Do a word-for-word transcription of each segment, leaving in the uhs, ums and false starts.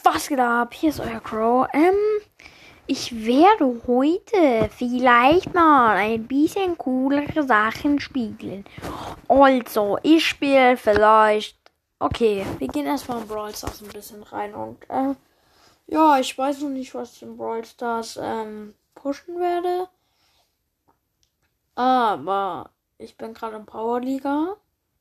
Was geht ab? Hier ist euer Crow. Ähm, ich werde heute vielleicht mal ein bisschen coolere Sachen spielen. Also, ich spiele vielleicht... Okay, wir gehen erstmal in Brawl Stars ein bisschen rein und, äh, ja, ich weiß noch nicht, was ich in Brawl Stars, ähm, pushen werde. Aber ich bin gerade in Power Liga.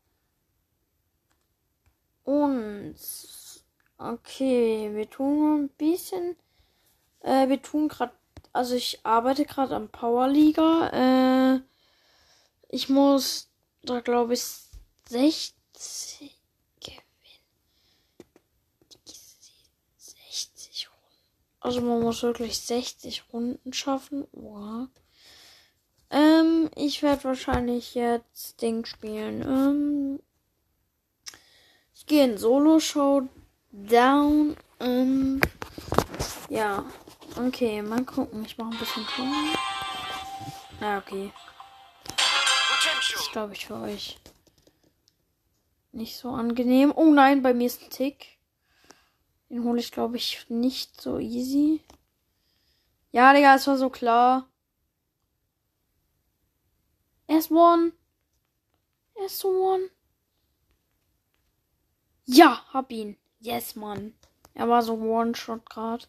Und... Okay, wir tun ein bisschen. Äh, wir tun gerade. Also ich arbeite gerade am Power Liga. Äh, ich muss da glaube ich sechzig gewinnen. sechzig Runden. Also man muss wirklich sechzig Runden schaffen. Wow. Ähm, ich werde wahrscheinlich jetzt Ding spielen. Ähm, ich gehe in Solo-Show. Down. Ähm, ja. Okay, mal gucken. Ich mache ein bisschen Ton. Ja, okay. Das ist, glaube ich, für euch nicht so angenehm. Oh nein, bei mir ist ein Tick. Den hole ich, glaube ich, nicht so easy. Ja, Digga, es war so klar. Er ist one. Er ist so one. Ja, hab ihn. Yes, Mann. Er war so One-Shot gerade.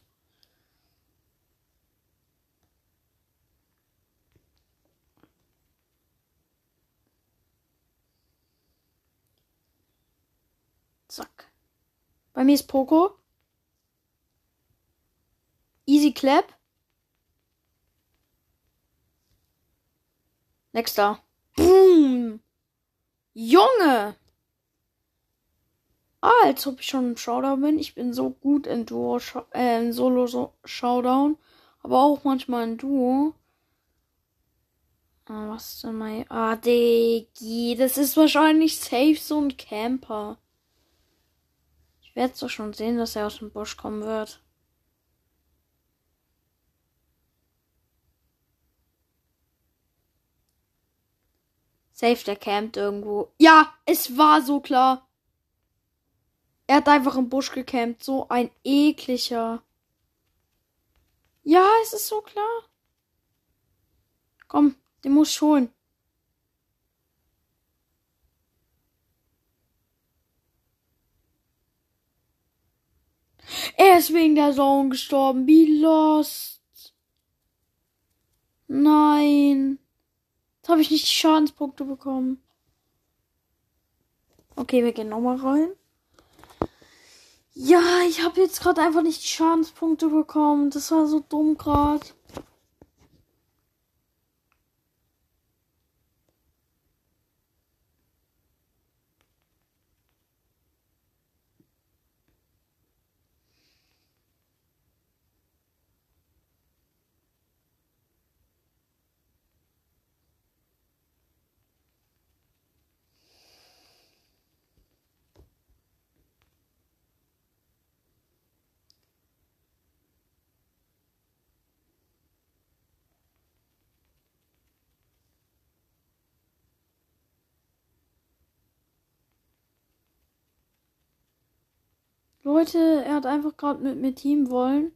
Zack. Bei mir ist Poco. Easy Clap. Nächster. Boom. Junge. Ah, als ob ich schon im Showdown bin. Ich bin so gut in Duo, äh, in Solo so Showdown. Aber auch manchmal in Duo. Ah, was ist denn mein... Ah, Diggi. Das ist wahrscheinlich safe so ein Camper. Ich werde es doch schon sehen, dass er aus dem Busch kommen wird. Safe, der campt irgendwo. Ja, es war so klar. Er hat einfach im Busch gecampt. So ein ekliger. Ja, es ist so klar. Komm, den muss ich holen. Er ist wegen der Zone gestorben. Wie lost. Nein. Jetzt habe ich nicht die Schadenspunkte bekommen. Okay, wir gehen nochmal rein. Ja, ich habe jetzt gerade einfach nicht die Schadenspunkte bekommen. Das war so dumm gerade. Leute, er hat einfach gerade mit mir Team wollen.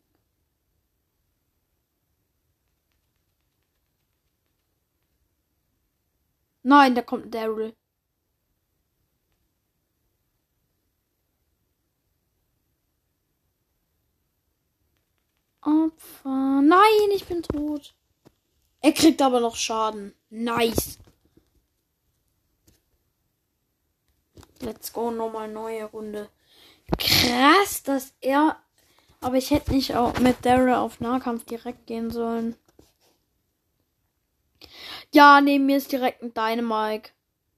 Nein, da kommt Daryl. Opfer. Nein, ich bin tot. Er kriegt aber noch Schaden. Nice. Let's go, nochmal neue Runde. Krass, dass er... Aber ich hätte nicht auch mit Daryl auf Nahkampf direkt gehen sollen. Ja, neben mir ist direkt ein Dynamike.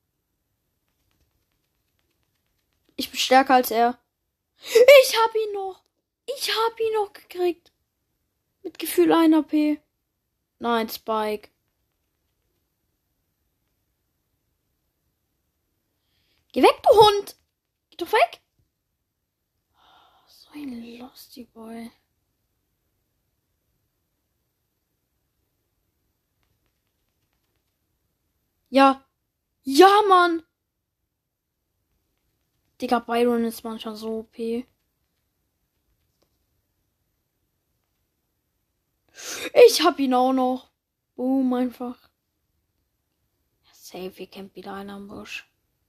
Ich bin stärker als er. Ich hab ihn noch. Ich hab ihn noch gekriegt. Mit Gefühl ein A P. Nein, Spike. Geh weg, du Hund. Geh doch weg. So ein Losty Boy. Ja. Ja, Mann. Digga, Byron ist manchmal so O P. Ich hab ihn auch noch. Boom, einfach. Safe, hier campt wieder einer am Busch.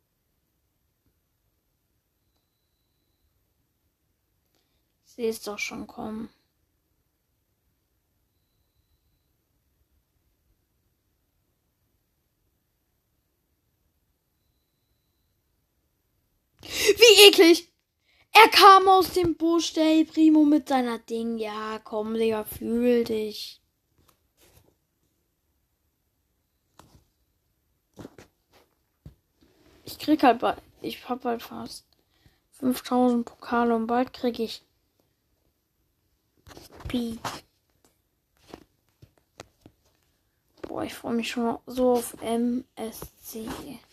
Ich sehe es doch schon kommen. Wie eklig! Er kam aus dem Busch, der El Primo mit seiner Ding. Ja, komm, Digga, fühl dich. Ich krieg halt bald, ich hab halt fast fünftausend Pokale und bald krieg ich Peak. Boah, ich freue mich schon so auf M S C.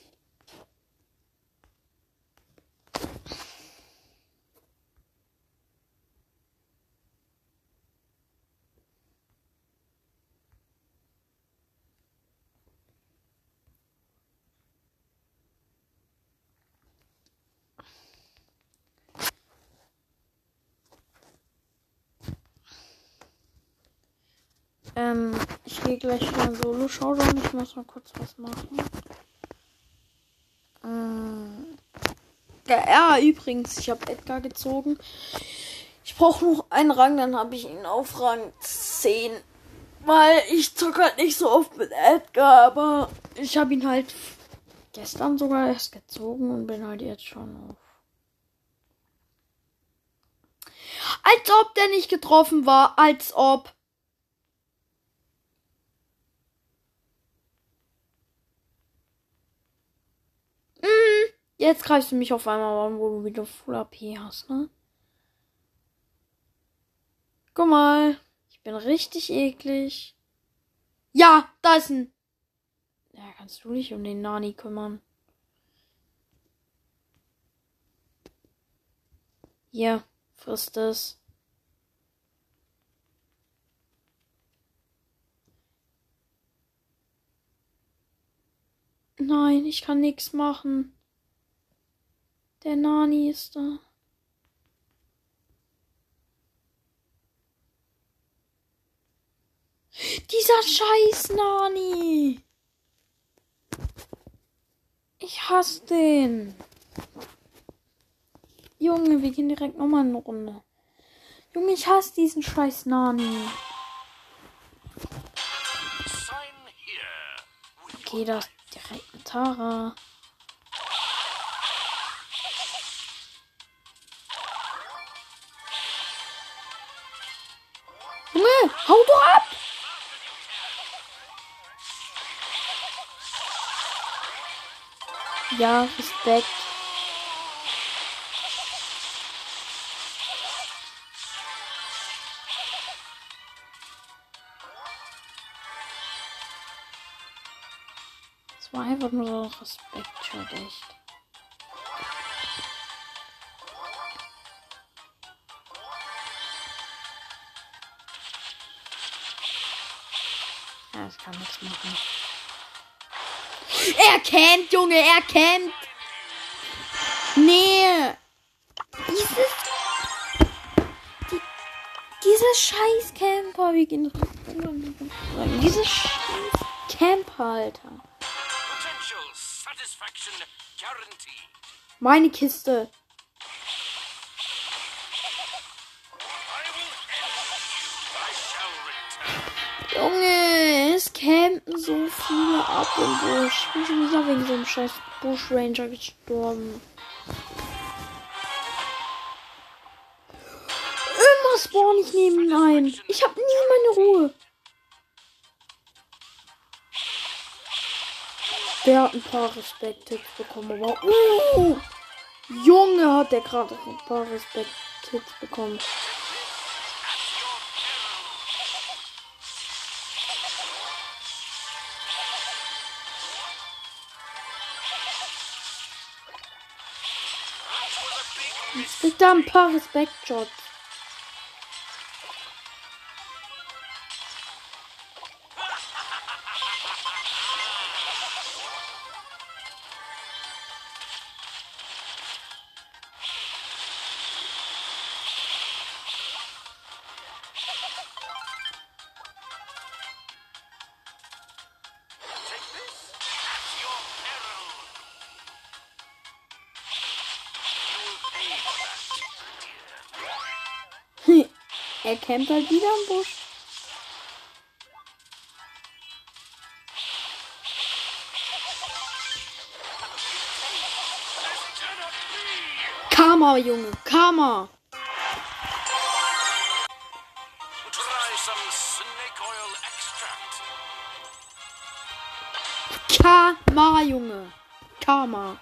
Ähm, ich gehe gleich wieder in Solo-Showdown. Ich muss mal kurz was machen. Ähm, ja, ja, übrigens, ich habe Edgar gezogen. Ich brauche noch einen Rang, dann habe ich ihn auf Rang zehn. Weil ich zocke halt nicht so oft mit Edgar, aber ich habe ihn halt gestern sogar erst gezogen und bin halt jetzt schon auf. Als ob der nicht getroffen war, als ob. Mm, jetzt greifst du mich auf einmal an, wo du wieder Full A P hast, ne? Guck mal, ich bin richtig eklig. Ja, da ist ein... Ja, kannst du dich um den Nani kümmern? Hier, frisst es. Nein, ich kann nichts machen. Der Nani ist da. Dieser scheiß Nani. Ich hasse den. Junge, wir gehen direkt nochmal eine Runde. Junge, ich hasse diesen scheiß Nani. Okay, das ist direkt ein Tara. Junge, hau doch ab! Ja, Respekt. Das war einfach nur so Respekt, schon echt. Ja, ich kann nichts machen. Er campt, Junge, er campt. Nee. Dieses... Die, dieses scheiß Camper, wir gehen rein. Dieses scheiß Camper, Alter. Meine Kiste. Junge, es campen so viele ab im Busch. Ich bin schon wieder wegen so einem scheiß Bushranger gestorben. Immer spawn ich neben ihn ein. Ich hab nie meine Ruhe. Der hat ein paar Respekt-Tipps bekommen, aber... Uh, Junge, hat der gerade ein paar Respekt-Tipps bekommen. Jetzt kriegt er ein paar Respekt-Shots. Er campt halt wieder im Busch. Karma, Junge, Karma. Try some snake oil extract. Karma, Junge. Karma.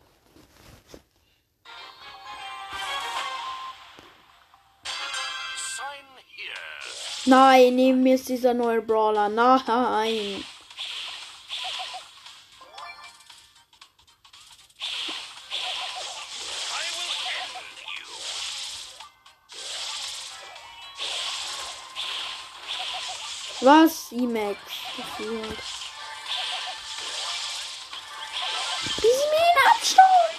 Sign here. Nein, neben mir ist dieser neue Brawler. Nein. I will end you. Was? E-Max. Gefühlt. Wie sie mir ihn abschauen.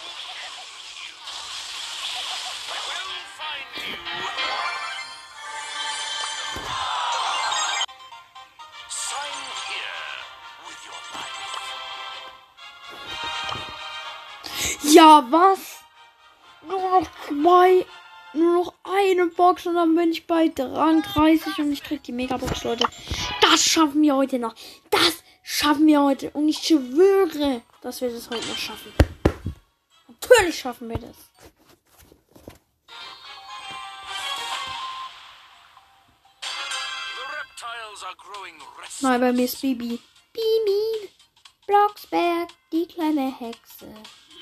I will find you. Sign here with your life. Ja, was? Nur noch zwei. Nur noch eine Box und dann bin ich bei Rang dreißig und ich krieg die Megabox, Leute. Das schaffen wir heute noch. Das schaffen wir heute. Und ich schwöre, dass wir das heute noch schaffen. Natürlich schaffen wir das. The reptiles are growing restless. Nein, bei mir ist Bibi. Bibi. Blocksberg, die kleine Hexe.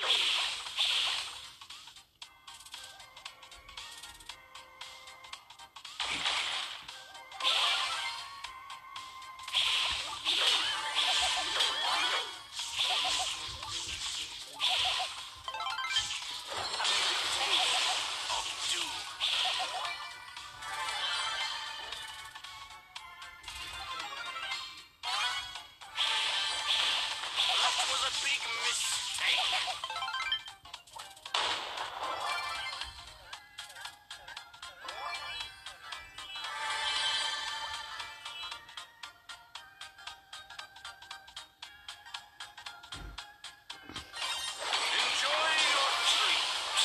That was a big mistake. Enjoy your treat.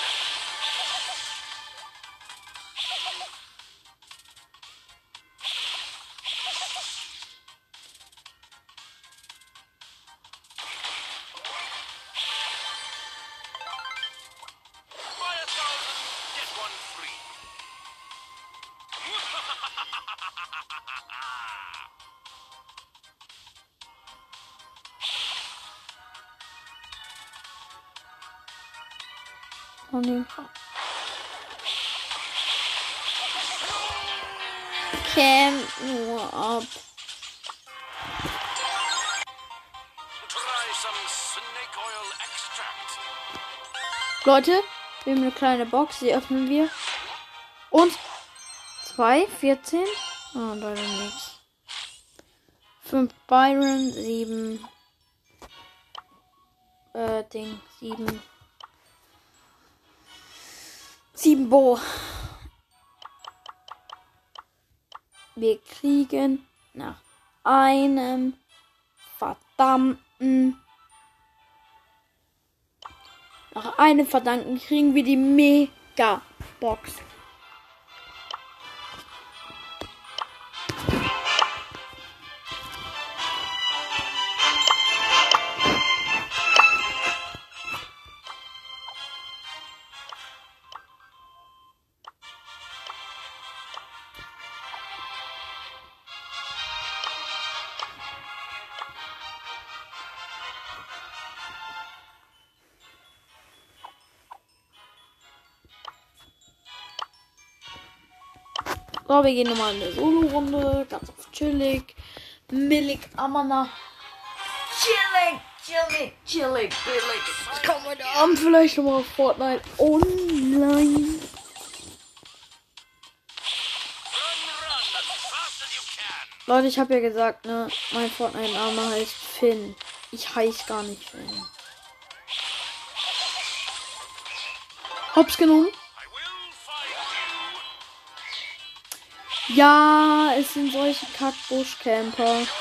Buy a thousand, get one free. Von dem Fall. Camp nur ab. Try some snake oil extract. Leute, wir haben eine kleine Box, die öffnen wir. Und zwei, vierzehn. Oh, leider nichts. fünf Byron, sieben. Äh, Ding, sieben. sieben Bo. Wir kriegen nach einem verdammten Nach einem verdammten kriegen wir die Mega-Box. So, wir gehen nochmal in eine Solo-Runde. Ganz auf chillig. Millig, Amana. Chillig, chillig, chillig, chillig. Ich komme heute Abend vielleicht nochmal auf Fortnite online. Run, run as fast as you can. Leute, ich habe ja gesagt, ne, mein Fortnite-Name heißt Finn. Ich heiße gar nicht Finn. Hops genommen. I will find you. Ja, es sind solche Kack-Buschcamper. Enjoy your treat.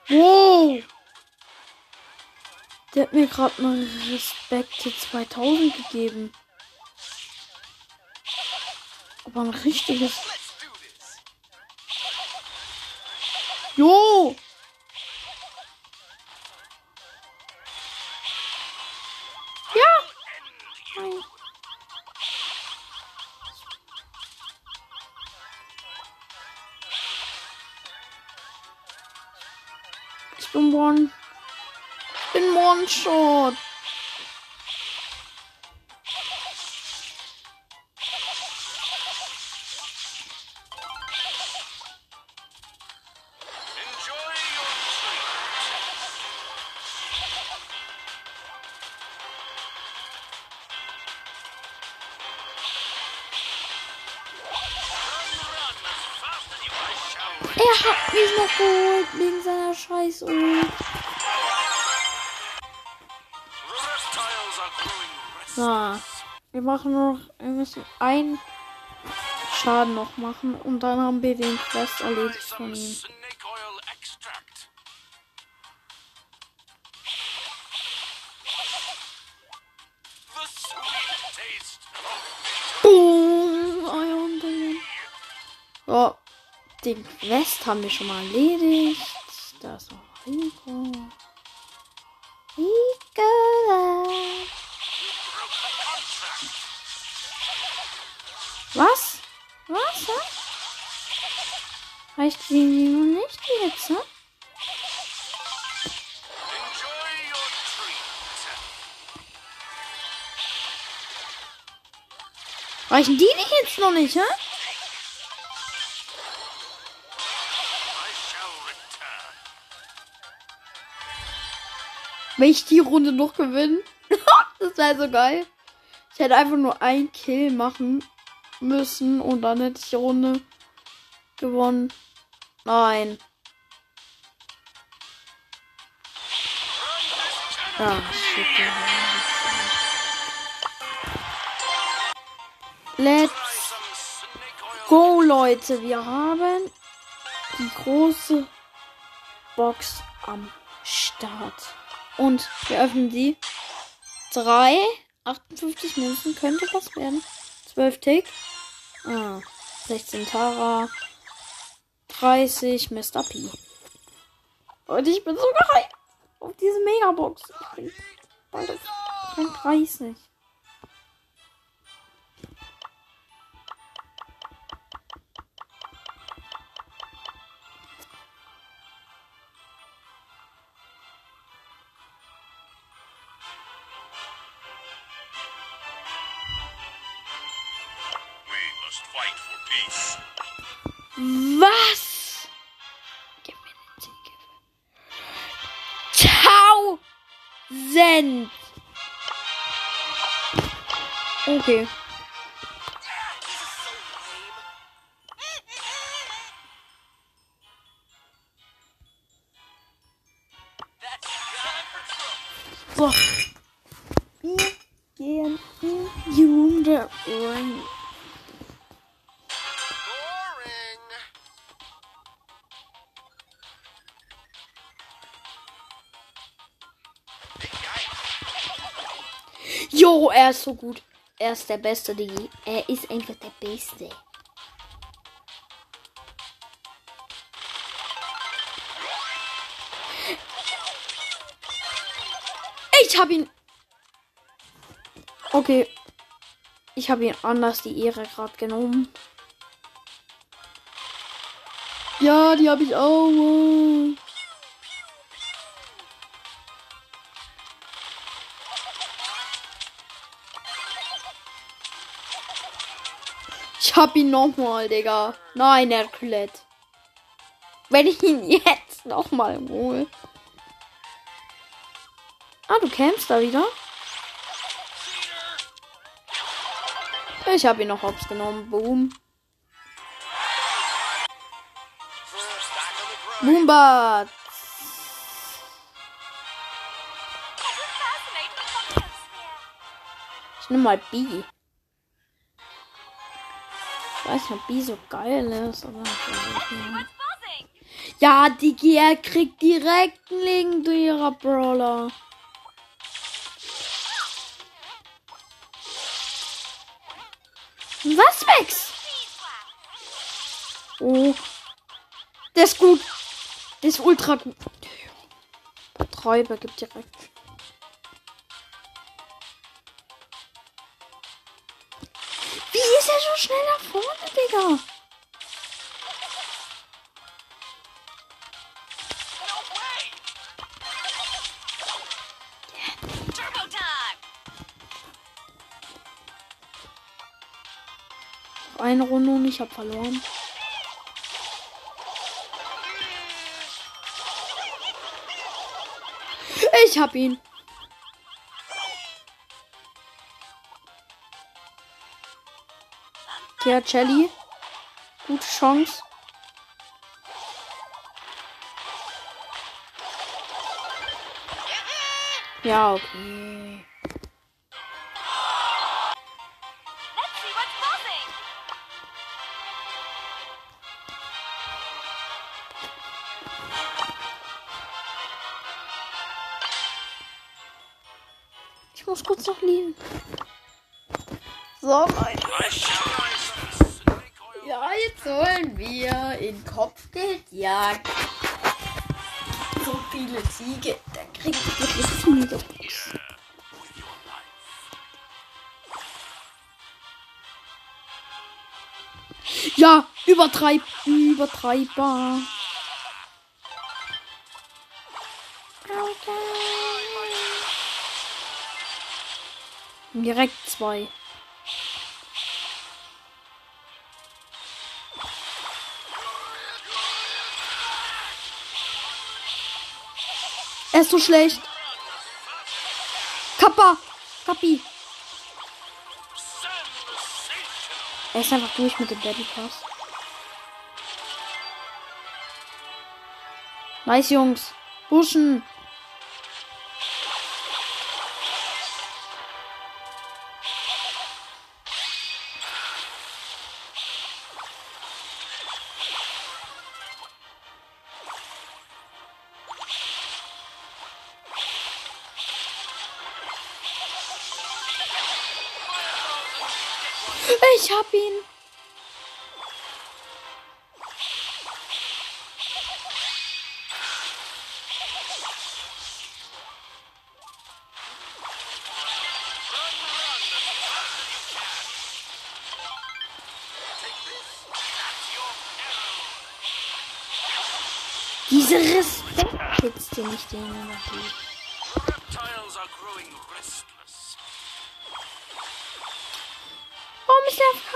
Wow. Der hat mir gerade eine Respekte zweitausend gegeben. Aber ein richtiges. Jo! Ja! Nein. Ich bin One. Ich bin One-Shot. Er hat mich noch geholt wegen seiner Scheiße. So, wir machen noch, wir müssen einen Schaden noch machen und dann haben wir den Quest erledigt von ihm. Boom! Iron Ball. So, den Quest haben wir schon mal erledigt. Da ist noch Rico. Rico. Was? Was? Was? Reicht sie noch nicht jetzt, ne? Reichen die nicht jetzt noch nicht, hä? Wenn ich die Runde noch gewinne, das wäre so geil. Ich hätte einfach nur ein Kill machen müssen und dann hätte ich die Runde gewonnen. Nein. Ah, shit. Let's go, Leute. Wir haben die große Box am Start. Und wir öffnen die. drei, achtundfünfzig Münzen. Könnte was werden. zwölf Tick. Ah, sechzehn Tara. dreißig Mister P. Und ich bin so geil auf diese Megabox. Ich bin bald auf dreißig. Was? Tausend. Okay. So. Wir gehen in die Runde rein. Jo, er ist so gut. Er ist der Beste, Digi. Er ist einfach der Beste. Ich hab ihn. Okay. Ich habe ihn anders die Ehre gerade genommen. Ja, die habe ich auch. Mann. Ich hab ihn nochmal, Digga. Nein, er klett. Wenn ich ihn jetzt nochmal hole. Ah, du kämpfst da wieder? Ich hab ihn noch hops genommen. Boom. Boomba. Ich nehme mal B. Ich weiß nicht, ob B so geil ist, aber Ja, Digi, er kriegt direkt einen legendärer Brawler. Was, Max? Oh. Der ist gut. Der ist ultra gut. Treiber gibt direkt. Wie ist er so schnell nach vorne, Digga? Eine Runde und ich hab verloren. Ich hab ihn. Tja, Shelly. Gute Chance. Ja, okay. Ich muss kurz noch liegen. So, Leute. Ja, jetzt holen wir in Kopfgeldjagd so viele Siege. Da kriegt ihr viele. Ja, übertreib, übertreibbar. Direkt zwei. Er ist so schlecht. Kappa. Kappi. Er ist einfach durch mit dem Battle Pass. Nice, Jungs. Pushen. Ich hab ihn. Diese Respekt jetzt den ich denen noch nicht. Warum ist der F K?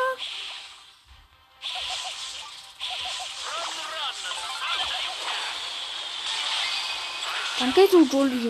Danke, du Jolly.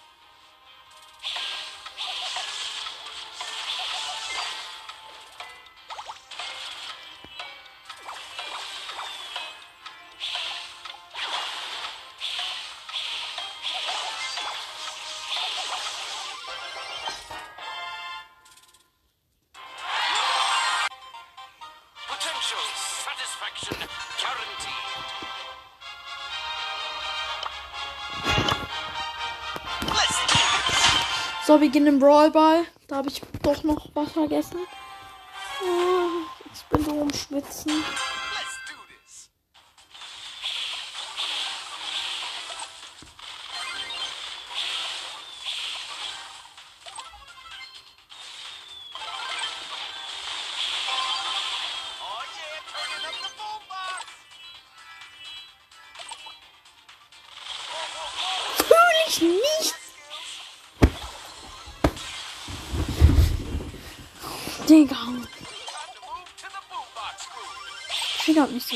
So, wir gehen im Brawl Ball. Da habe ich doch noch was vergessen. Ich bin so am Schwitzen. Fühle ich nicht. Digga. Triggert mich so.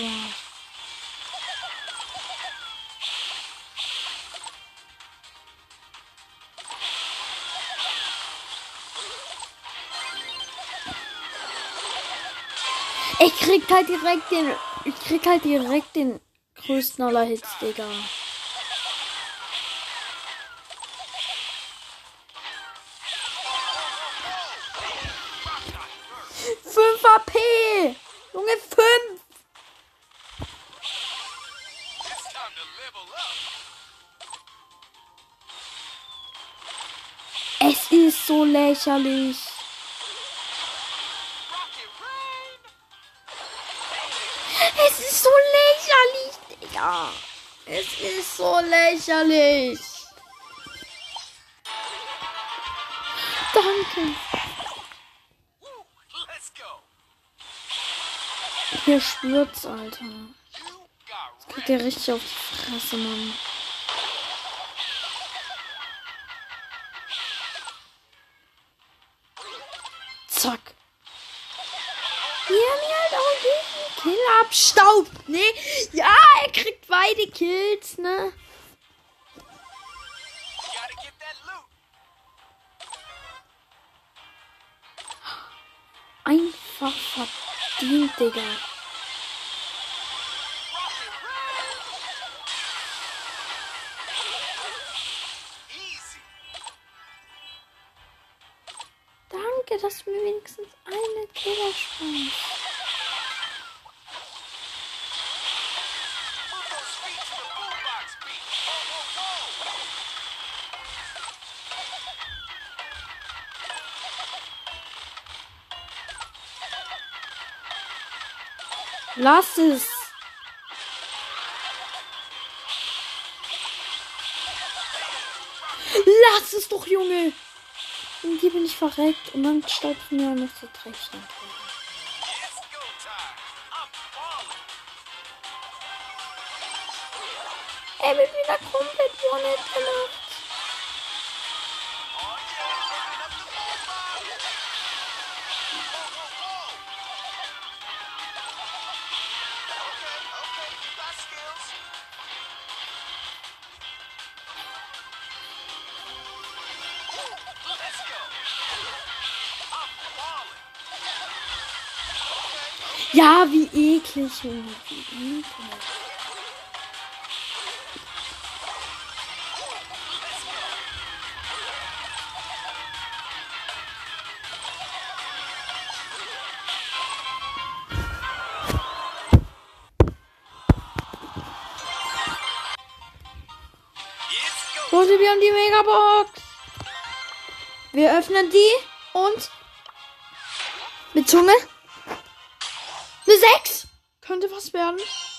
Ich krieg halt direkt den. Ich krieg halt direkt den größten aller Hits, Digga. fünf A P! Junge, fünf! Time to level up. Es ist so lächerlich. Rocket Rain. Es ist so lächerlich, Digga. Es ist so lächerlich. Danke. Woo, let's go. Hier spürt's, Alter. You got Kriegt ihr richtig auf die Fresse, Mann. Zack. Hier mir halt auch jeden Kill abstaubt, ne? Ja, er kriegt beide Kills, ne? gotta get that loot. Einfach verdient, Digga. Rocket Rain. Easy. Danke, dass du mir wenigstens eine Killer spannst. Put those feet to the boombox beat. Whoa, whoa, whoa. Lass es. Lass es doch, Junge. Und hier bin ich verreckt. Und dann staubt mir noch so Dreck. It's go time. I'm falling. Er wird wieder komplett One-Hit gemacht. Oh yeah, turning up the boombox. Whoa, whoa, whoa. Okay, okay, you got skills. Woo, let's go. I'm falling. Okay. Ja, wie eklig, Junge. Wie eklig. It's go. Leute, wir haben die Megabox. Wir öffnen die und mit Zunge. Eine sechs. Könnte was werden.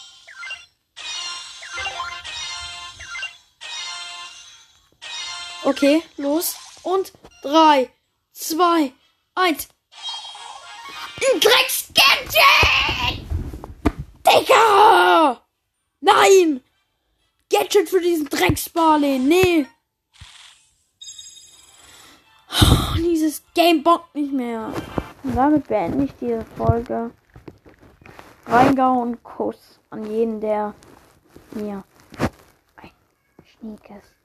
Okay, los. Und drei, zwei, eins. Ein Drecksgadget! Digga! Nein! Gadget für diesen Drecksbarley. Nee. Oh, dieses Game bockt nicht mehr. Und damit beende ich diese Folge. Reingauen und Kuss an jeden, der mir ein schniekes